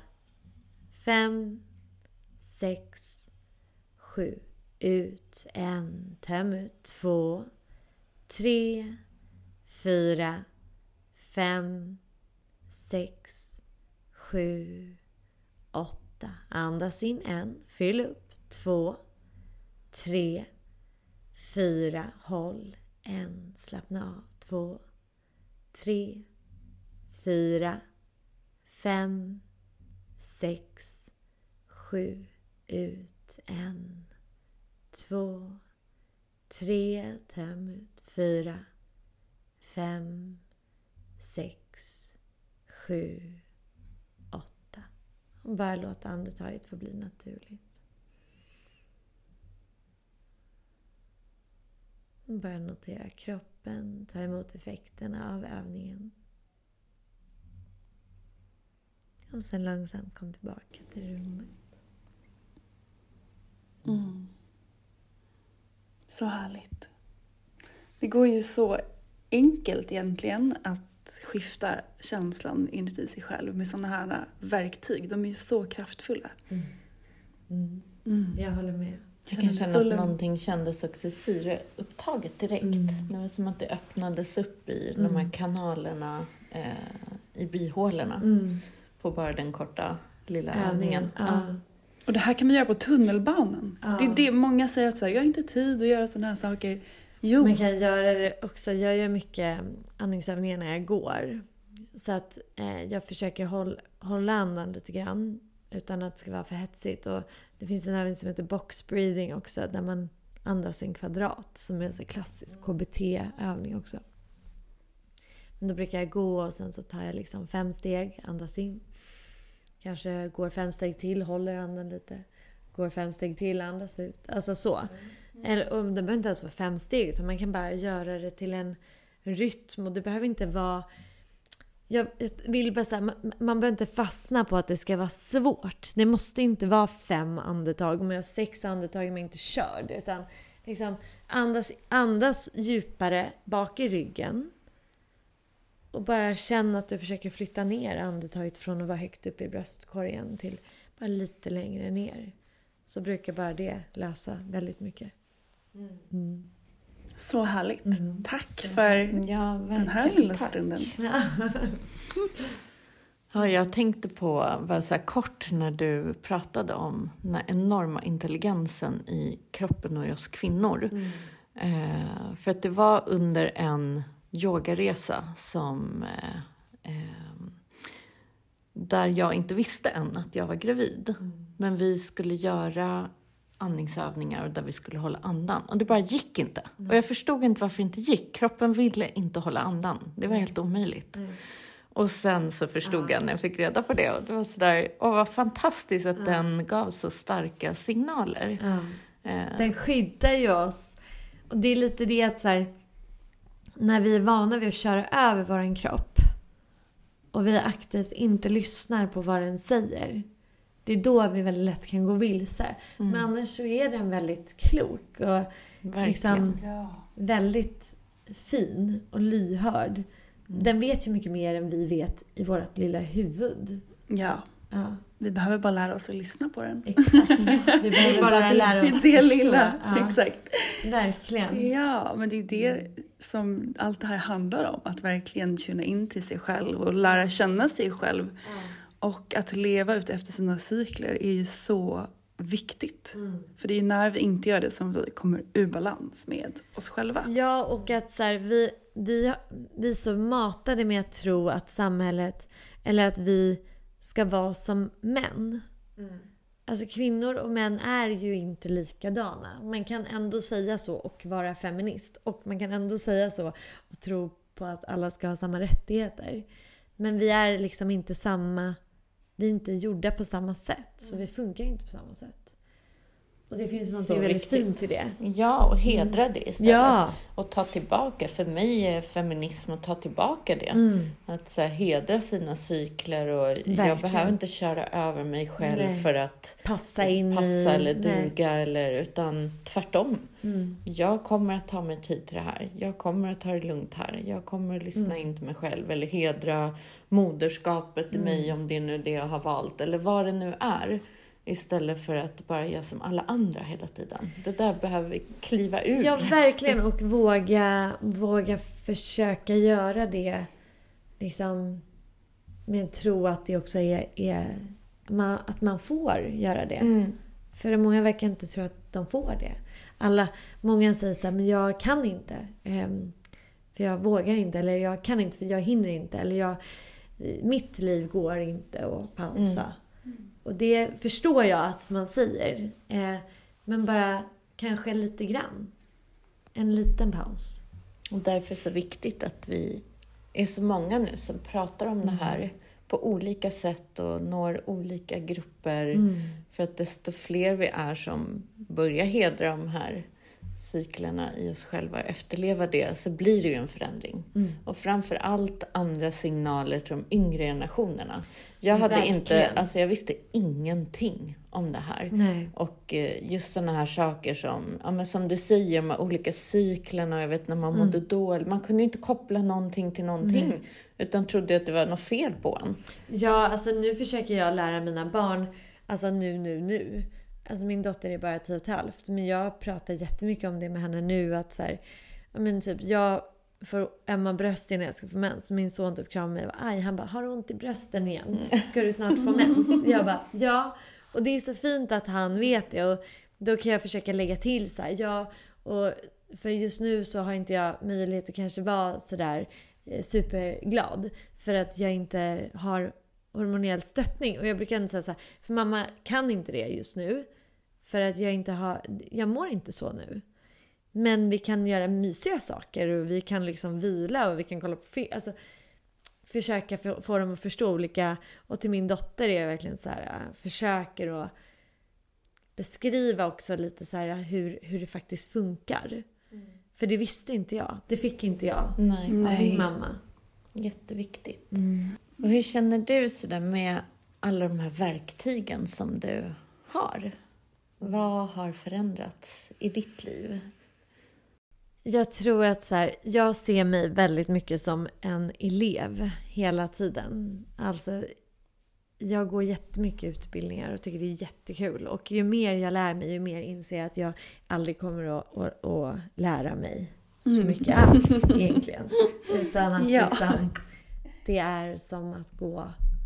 fem, sex, sju. Ut. En. Töm ut. Två, tre, fyra, fem, sex, sju, åtta. Andas in en. Fyll upp. Två, tre, fyra. Håll. En. Slappna av. Två, tre, fyra, fem, sex, sju. Ut. En, två, tre. Töm ut. Fyra, fem, sex, sju, åtta. Och bara låta andetaget få bli naturligt. Bara notera kroppen, ta emot effekterna av övningen. Och sen långsamt kom tillbaka till rummet. Mm. Så härligt. Det går ju så enkelt egentligen att skifta känslan inuti sig själv med sådana här verktyg. De är ju så kraftfulla. Mm. Mm. Mm. Jag håller med. Jag kan känna att någonting kändes också i syreupptaget direkt. Mm. Det var som att det öppnades upp i mm. de här kanalerna eh, i bihålorna. Mm. På bara den korta lilla övningen. Ja. Ja. Och det här kan man göra på tunnelbanan. Ja. Det är det många säger att så här, jag har inte tid att göra sådana här saker. Jo. Man kan göra det också. Jag gör mycket andningsövningar när jag går. Så att eh, jag försöker hålla, hålla andan lite grann. Utan att det ska vara för hetsigt. Och det finns en övning som heter box breathing också. Där man andas en kvadrat. Som är en så klassisk K B T-övning också. Men då brukar jag gå och sen så tar jag liksom fem steg. Andas in. Kanske går fem steg till. Håller andan lite. Går fem steg till. Andas ut. Alltså så. Eller, och det behöver inte ens vara fem steg. Utan man kan bara göra det till en rytm. Och det behöver inte vara... Jag vill bara säga, man, man behöver inte fastna på att det ska vara svårt. Det måste inte vara fem andetag. Om jag har sex andetag är man inte körd. Utan liksom andas, andas djupare bak i ryggen. Och bara känna att du försöker flytta ner andetaget från att vara högt upp i bröstkorgen till bara lite längre ner. Så brukar bara det lösa väldigt mycket. Mm. Så härligt. Mm. Tack så. för ja, den här lilla stunden. Ja. Ja, jag tänkte på bara så här kort när du pratade om den här enorma intelligensen i kroppen och i oss kvinnor. Mm. Eh, för att det var under en yogaresa som eh, eh, där jag inte visste än att jag var gravid. Mm. Men vi skulle göra andningsövningar och där vi skulle hålla andan. Och det bara gick inte. Mm. Och jag förstod inte varför det inte gick. Kroppen ville inte hålla andan. Det var helt omöjligt. Mm. Och sen så förstod mm. jag när jag fick reda på det. Och det var sådär, åh vad fantastiskt att mm. den gav så starka signaler. Mm. Eh. Den skyddar ju oss. Och det är lite det att så här, när vi är vana vid att köra över vår kropp och vi aktivt inte lyssnar på vad den säger. det är då vi väldigt lätt kan gå vilse. Mm. Men annars så är den väldigt klok och liksom ja. väldigt fin och lyhörd. Mm. Den vet ju mycket mer än vi vet i vårt lilla huvud. Ja. ja. Vi behöver bara lära oss att lyssna på den. Exakt. Vi behöver bara, bara lära oss det lilla. Ja. Exakt. Verkligen. Ja, men det är det som allt det här handlar om. Att verkligen tuna in till sig själv och lära känna sig själv. Mm. Och att leva ut efter sina cykler är ju så viktigt. Mm. För det är ju när vi inte gör det som vi kommer ur balans med oss själva. Ja, och att så här, vi, vi, vi är så matade med att tro att samhället, eller att vi ska vara som män. Mm. Alltså kvinnor och män är ju inte likadana. Man kan ändå säga så och vara feminist. Och man kan ändå säga så och tro på att alla ska ha samma rättigheter. Men vi är liksom inte samma... Vi är inte gjorda på samma sätt. Så vi funkar inte på samma sätt. Och det finns något väldigt viktigt. Fint i det. Ja, och hedra mm. det istället. Ja. Och ta tillbaka. För mig är feminism att ta tillbaka det. Mm. Att så här, hedra sina cykler. Och Verkligen. Jag behöver inte köra över mig själv nej. För att passa in passa i... eller duga. Eller, utan tvärtom. Mm. Jag kommer att ta mig tid till det här. Jag kommer att ta det lugnt här. Jag kommer att lyssna mm. in till mig själv. Eller hedra moderskapet i mm. mig, om det är nu det jag har valt. Eller vad det nu är. Istället för att bara göra som alla andra hela tiden. Det där behöver vi kliva ur. Ja, verkligen. Och våga, våga försöka göra det. Liksom, med tro att det också är, är man, att man får göra det. Mm. För många verkar inte tro att de får det. Alla, många säger så här, men jag kan inte. Um, för jag vågar inte. Eller jag kan inte för jag hinner inte. Eller jag, mitt liv går inte att pausa. Mm. Och det förstår jag att man säger. Eh, men bara kanske lite grann. En liten paus. Och därför är det så viktigt att vi är så många nu som pratar om mm. det här på olika sätt och når olika grupper. Mm. För att desto fler vi är som börjar hedra de här cyklerna i oss själva och efterleva det, så blir det ju en förändring. Mm. Och framför allt andra signaler till de yngre generationerna. Jag hade Verkligen. inte, alltså jag visste ingenting om det här. Nej. Och just sådana här saker som, ja men som du säger, de olika cyklerna, och jag vet när man mådde mm. dåligt. Man kunde inte koppla någonting till någonting. Nej. Utan trodde att det var något fel på en. Ja, alltså nu försöker jag lära mina barn, alltså nu, nu, nu. Alltså min dotter är bara tio och ett halvt. Men jag pratar jättemycket om det med henne nu. Att så här, ja men typ, jag får ömma brösten när jag ska få mens. Min son typ kramar mig och bara, aj, han bara, har du ont i brösten igen? Ska du snart få mens? Jag bara, ja. Och det är så fint att han vet det. Och då kan jag försöka lägga till så här, ja. Och för just nu så har inte jag möjlighet att kanske vara så där superglad. För att jag inte har hormonell stöttning. Och jag brukar ändå säga så här, för mamma kan inte det just nu. För att jag inte har, jag mår inte så nu. Men vi kan göra mysiga saker och vi kan liksom vila och vi kan kolla på film. Alltså, försöka få, få dem att förstå olika. Och till min dotter är jag verkligen så här, försöker att beskriva också lite så här hur, hur det faktiskt funkar. Mm. För det visste inte jag. Det fick inte jag Nej. av min mamma. Jätteviktigt. Mm. Och hur känner du så där med alla de här verktygen som du har? Vad har förändrats i ditt liv? Jag tror att så här, jag ser mig väldigt mycket som en elev hela tiden. Alltså, jag går jättemycket utbildningar och tycker det är jättekul. Och ju mer jag lär mig, ju mer inser jag att jag aldrig kommer att, att, att lära mig så mycket mm. alls egentligen. Utan att ja. liksom, det är som att gå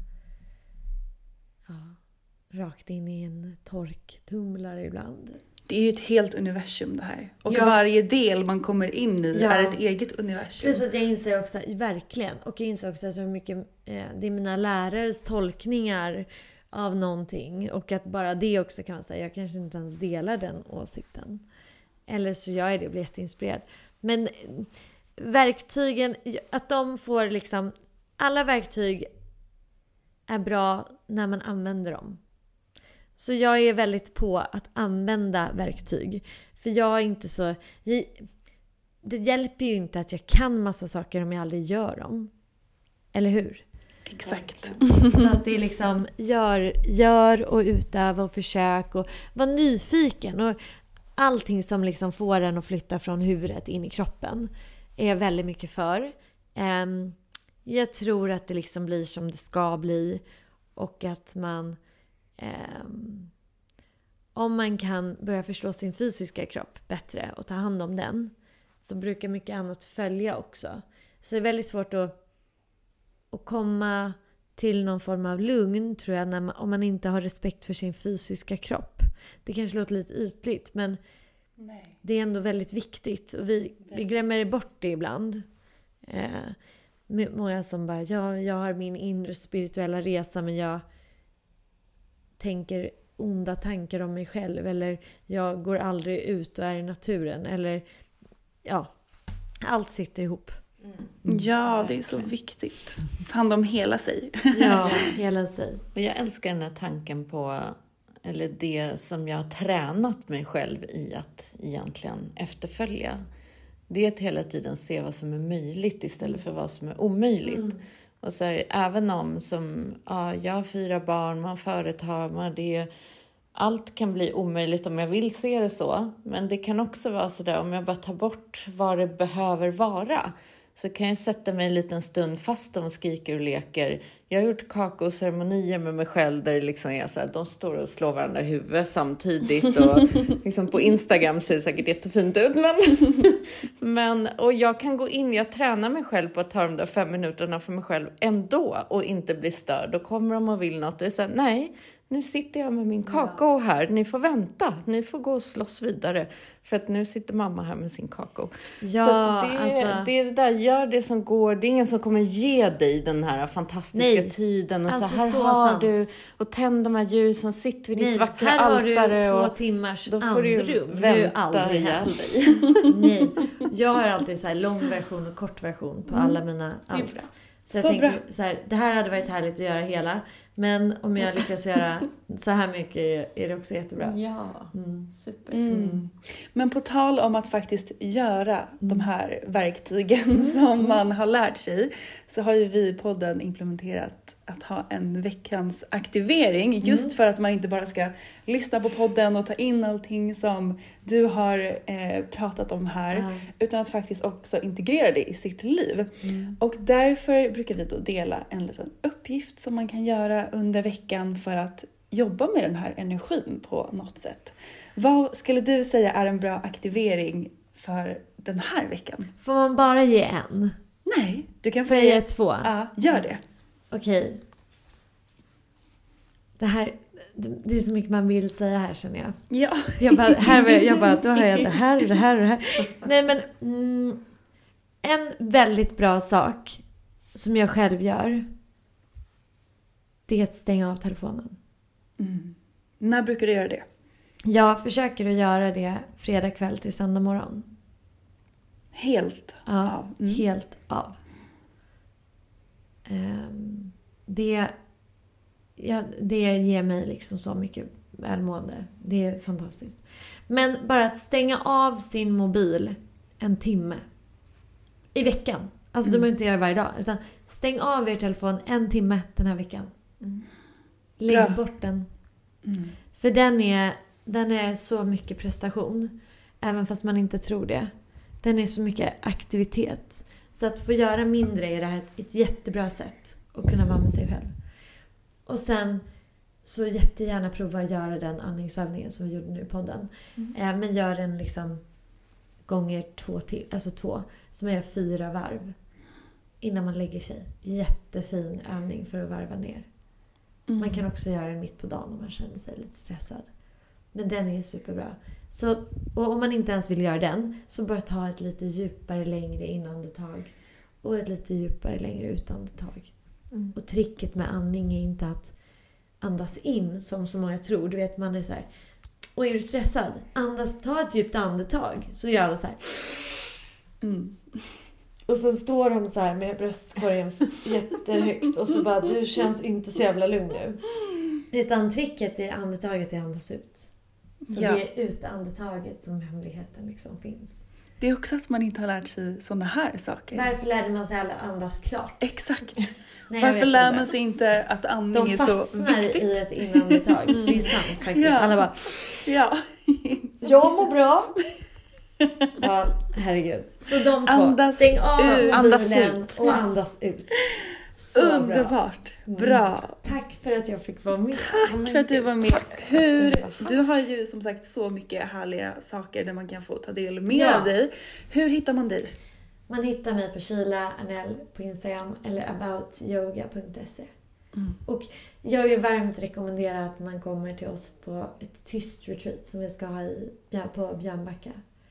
ja, rakt in i en torktumlare ibland. Det är ju ett helt universum det här. Och ja. varje del man kommer in i ja. är ett eget universum. Plus att jag inser också, verkligen. Och jag inser också så mycket, eh, det är mina lärares tolkningar av någonting. Och att bara det också kan man säga, jag kanske inte ens delar den åsikten. Eller så gör jag det och blir jätteinspirerad. Men verktygen, att de får liksom, alla verktyg är bra när man använder dem. Så jag är väldigt på att använda verktyg. För jag är inte så... Jag, det hjälper ju inte att jag kan massa saker om jag aldrig gör dem. Eller hur? Exakt. Så att det är liksom gör, gör och utöva och försök och var nyfiken. Och allting som liksom får en att flytta från huvudet in i kroppen är jag väldigt mycket för. Um, jag tror att det liksom blir som det ska bli. Och att man... Um, om man kan börja förstå sin fysiska kropp bättre och ta hand om den, så brukar mycket annat följa också. Så det är väldigt svårt att, att komma till någon form av lugn, tror jag, när man, om man inte har respekt för sin fysiska kropp. Det kanske låter lite ytligt, men Nej. det är ändå väldigt viktigt. Och vi, vi glömmer bort det ibland. Eh, många som bara, ja, jag har min inre spirituella resa, men jag tänker onda tankar om mig själv, eller jag går aldrig ut och är i naturen, eller ja, allt sitter ihop. Mm. Ja, det är så viktigt. Ta hand om hela sig. Ja, hela sig. Men jag älskar den här tanken på, eller det som jag har tränat mig själv i att egentligen efterfölja. Det är att hela tiden se vad som är möjligt istället för vad som är omöjligt. Mm. Och så här, även om som, ja, jag har fyra barn, man har företag, man det, allt kan bli omöjligt om jag vill se det så. Men det kan också vara så där, om jag bara tar bort vad det behöver vara, så kan jag sätta mig en liten stund fast de skriker och leker. Jag har gjort kakaoceremonier med mig själv där det liksom är så här, de står och slår varandra i huvudet samtidigt. Och liksom på Instagram ser det säkert jättefint ut. Men, men, och jag kan gå in, jag tränar mig själv på att ta de där fem minuterna för mig själv ändå och inte bli störd. Då kommer de och vill något. Det är så här, nej, nu sitter jag med min kakao här. Ni får vänta. Ni får gå och slåss vidare. För att nu sitter mamma här med sin kakao. Ja, så det, alltså... det är det där. Gör det som går. Det är ingen som kommer ge dig den här fantastiska Nej. tiden. Och alltså, så här så har sant. du. Och tänd de här ljusen. Sitt vid Nej, ditt vackra här altare. Här har du två och timmars då får andrum. du vänta ihjäl dig. Nej, jag har alltid så här lång version och kort version på mm. alla mina allt. Så jag så tänker så här, det här hade varit härligt att göra hela. Men om jag lyckas göra så här mycket är det också jättebra. Ja, mm. super. Mm. Men på tal om att faktiskt göra mm. de här verktygen mm. som man har lärt sig, så har ju vi i podden implementerat att ha en veckans aktivering. Mm. Just för att man inte bara ska lyssna på podden och ta in allting som du har eh, pratat om här. Mm. Utan att faktiskt också integrera det i sitt liv. Mm. Och därför brukar vi då dela en liten uppgift som man kan göra under veckan för att jobba med den här energin på något sätt. Vad skulle du säga är en bra aktivering för den här veckan? Får man bara ge en? Nej, du kan få ge två. Ja, gör det. Okej. Det här, det är så mycket man vill säga här, känner jag. Ja. Jag bara, här, jag bara då har jag det här och det här och det här. Nej, men mm, en väldigt bra sak som jag själv gör, det är att stänga av telefonen. Mm. När brukar du göra det? Jag försöker att göra det fredag kväll till söndag morgon. Helt ja, av? Mm. Helt av. Um, det, ja, det ger mig liksom så mycket välmående. Det är fantastiskt. Men bara att stänga av sin mobil en timme i veckan. Alltså mm. du behöver inte göra det varje dag. Utan stäng av er telefon en timme den här veckan. Mm. Lägg Bra. bort den. Mm. För den är, den är så mycket prestation. Även fast man inte tror det. Den är så mycket aktivitet. Så att få göra mindre är det här ett, ett jättebra sätt. Att kunna vara med sig själv. Och sen så jättegärna prova att göra den andningsövningen som vi gjorde nu i podden. Mm. Eh, men gör den liksom gånger två till. Alltså två. Som är fyra varv. Innan man lägger sig. Jättefin övning för att varva ner. Mm. Man kan också göra den mitt på dagen om man känner sig lite stressad. Men den är superbra. Så, och om man inte ens vill göra den, så bör ta ett lite djupare längre inandetag. Och ett lite djupare längre utandetag. Mm. Och tricket med andning är inte att andas in som så många tror. Du vet, man är så här. Och är du stressad? Andas, ta ett djupt andetag. Så gör det så här. Mm. Och sen står de så här med bröstkorgen jättehögt. Och så bara, du känns inte så jävla lugn nu. Utan tricket är andetaget är andas ut. Så ja. Det är utandetaget som hemligheten liksom finns. Det är också att man inte har lärt sig sådana här saker. Varför lärde man sig alla andas klart? Exakt. Nej, Varför lär man sig inte att andning är så viktigt? De fastnar i ett inandetag. Mm. Det är sant faktiskt. Ja. Alla bara, ja. jag mår bra. Ja, herregud. Så de två, andas stäng av ut. Andas ut och andas ut. Så underbart. Bra. Bra. Mm. Tack för att jag fick vara med. Tack för att du var med. Hur, du har ju som sagt så mycket härliga saker där man kan få ta del mer ja. av dig. Hur hittar man dig? Man hittar mig på Sheila Arnell på Instagram eller about yoga punkt se. Mm. Och jag vill varmt rekommendera att man kommer till oss på ett tyst retreat som vi ska ha i, på Björnbacka.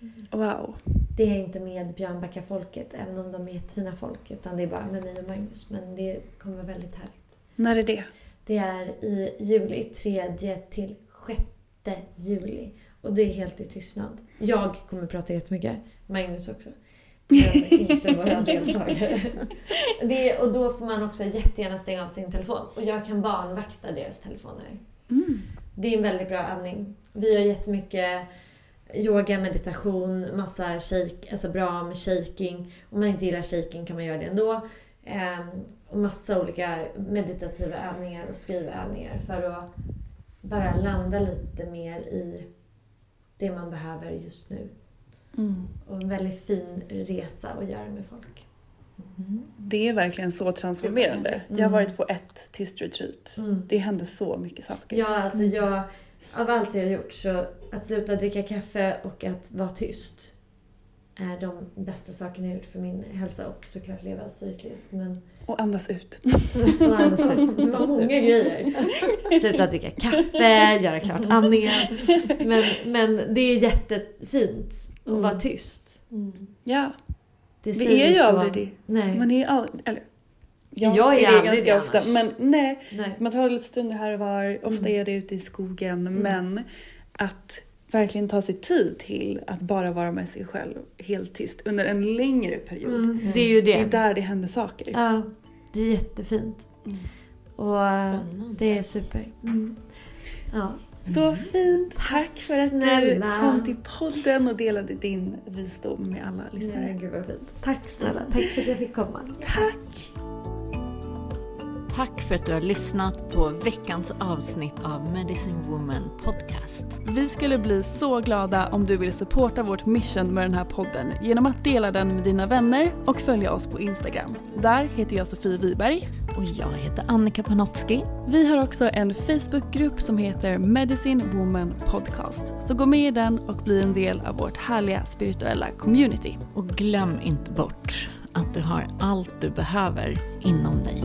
Wow. Det är inte med Björnbacka-folket, även om de är jättefina folk, utan det är bara med mig och Magnus. Men det kommer vara väldigt härligt. När är det? Det är i juli, tredje till sjätte juli. Och det är helt i tystnad. Jag kommer prata jättemycket, Magnus också. Men inte våra deltagare. Det, och då får man också jättegärna stänga av sin telefon. Och jag kan barnvakta deras telefoner. Mm. Det är en väldigt bra övning. Vi har jättemycket yoga, meditation, massa shake, alltså bra med shaking. Om man inte gillar shaking kan man göra det ändå. Ehm, och massa olika meditativa övningar och skrivövningar för att bara landa lite mer i det man behöver just nu. Mm. Och en väldigt fin resa att göra med folk. Mm. Det är verkligen så transformerande. Mm. Jag har varit på ett tyst retreat. Mm. Det hände så mycket saker. Ja, alltså jag, av allt jag har gjort, så att sluta dricka kaffe och att vara tyst är de bästa sakerna jag gjort för min hälsa och såklart leva cykliskt. Men... Och andas ut. Och andas ut. Det var många grejer. Sluta dricka kaffe, göra klart andningen. Men, men det är jättefint att mm. vara tyst. Mm. Ja. Det Vi är ju så... aldrig det. Nej. Man är aldrig... Eller... Jag, jag är, är det ganska ofta. Annars. Men nej, nej, man tar lite stunder här och var. Ofta mm. är det ute i skogen. Mm. Men att verkligen ta sig tid till att bara vara med sig själv helt tyst under en längre period. Mm. Det är ju det. Det är där det händer saker. Ja, det är jättefint. Mm. Och spännande. Det är super. Mm. Ja. Så fint. Tack för att snälla. Du kom till podden och delade din visdom med alla lyssnare. Nej, gud vad fint. Tack snälla. Tack för att jag fick komma. Tack. Tack för att du har lyssnat på veckans avsnitt av Medicine Woman podcast. Vi skulle bli så glada om du vill supporta vårt mission med den här podden genom att dela den med dina vänner och följa oss på Instagram. Där heter jag Sofie Wiberg. Och jag heter Annika Panotski. Vi har också en Facebookgrupp som heter Medicine Woman podcast. Så gå med i den och bli en del av vårt härliga spirituella community. Och glöm inte bort att du har allt du behöver inom dig.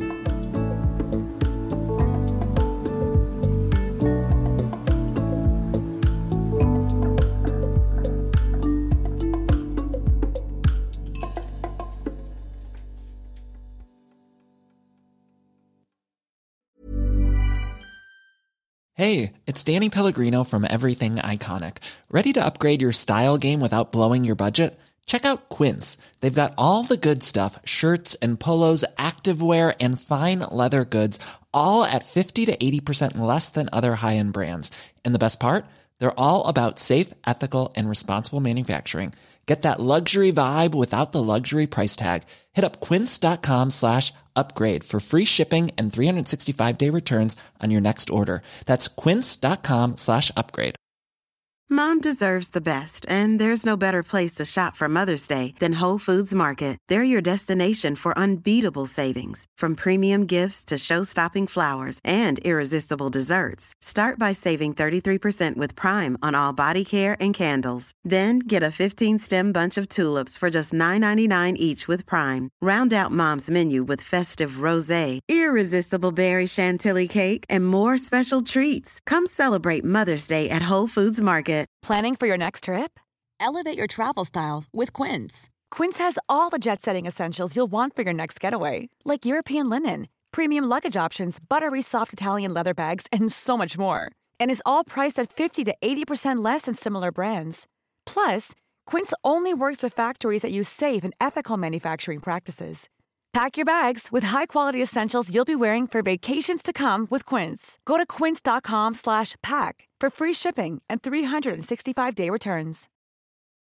Hey, it's Danny Pellegrino from Everything Iconic. Ready to upgrade your style game without blowing your budget? Check out Quince. They've got all the good stuff, shirts and polos, activewear and fine leather goods, all at fifty to eighty percent less than other high-end brands. And the best part? They're all about safe, ethical and responsible manufacturing. Get that luxury vibe without the luxury price tag. Hit up quince.com slash upgrade for free shipping and three sixty-five day returns on your next order. That's quince.com slash upgrade. Mom deserves the best, and there's no better place to shop for Mother's Day than Whole Foods Market. They're your destination for unbeatable savings, from premium gifts to show-stopping flowers and irresistible desserts. Start by saving thirty-three percent with Prime on all body care and candles. Then get a fifteen-stem bunch of tulips for just nine ninety-nine each with Prime. Round out Mom's menu with festive rosé, irresistible berry chantilly cake, and more special treats. Come celebrate Mother's Day at Whole Foods Market. Planning for your next trip? Elevate your travel style with Quince. Quince has all the jet-setting essentials you'll want for your next getaway, like European linen, premium luggage options, buttery soft Italian leather bags, and so much more. And is all priced at fifty to eighty percent less than similar brands. Plus, Quince only works with factories that use safe and ethical manufacturing practices. Pack your bags with high-quality essentials you'll be wearing for vacations to come with Quince. Go to quince.com slash pack for free shipping and three sixty-five day returns.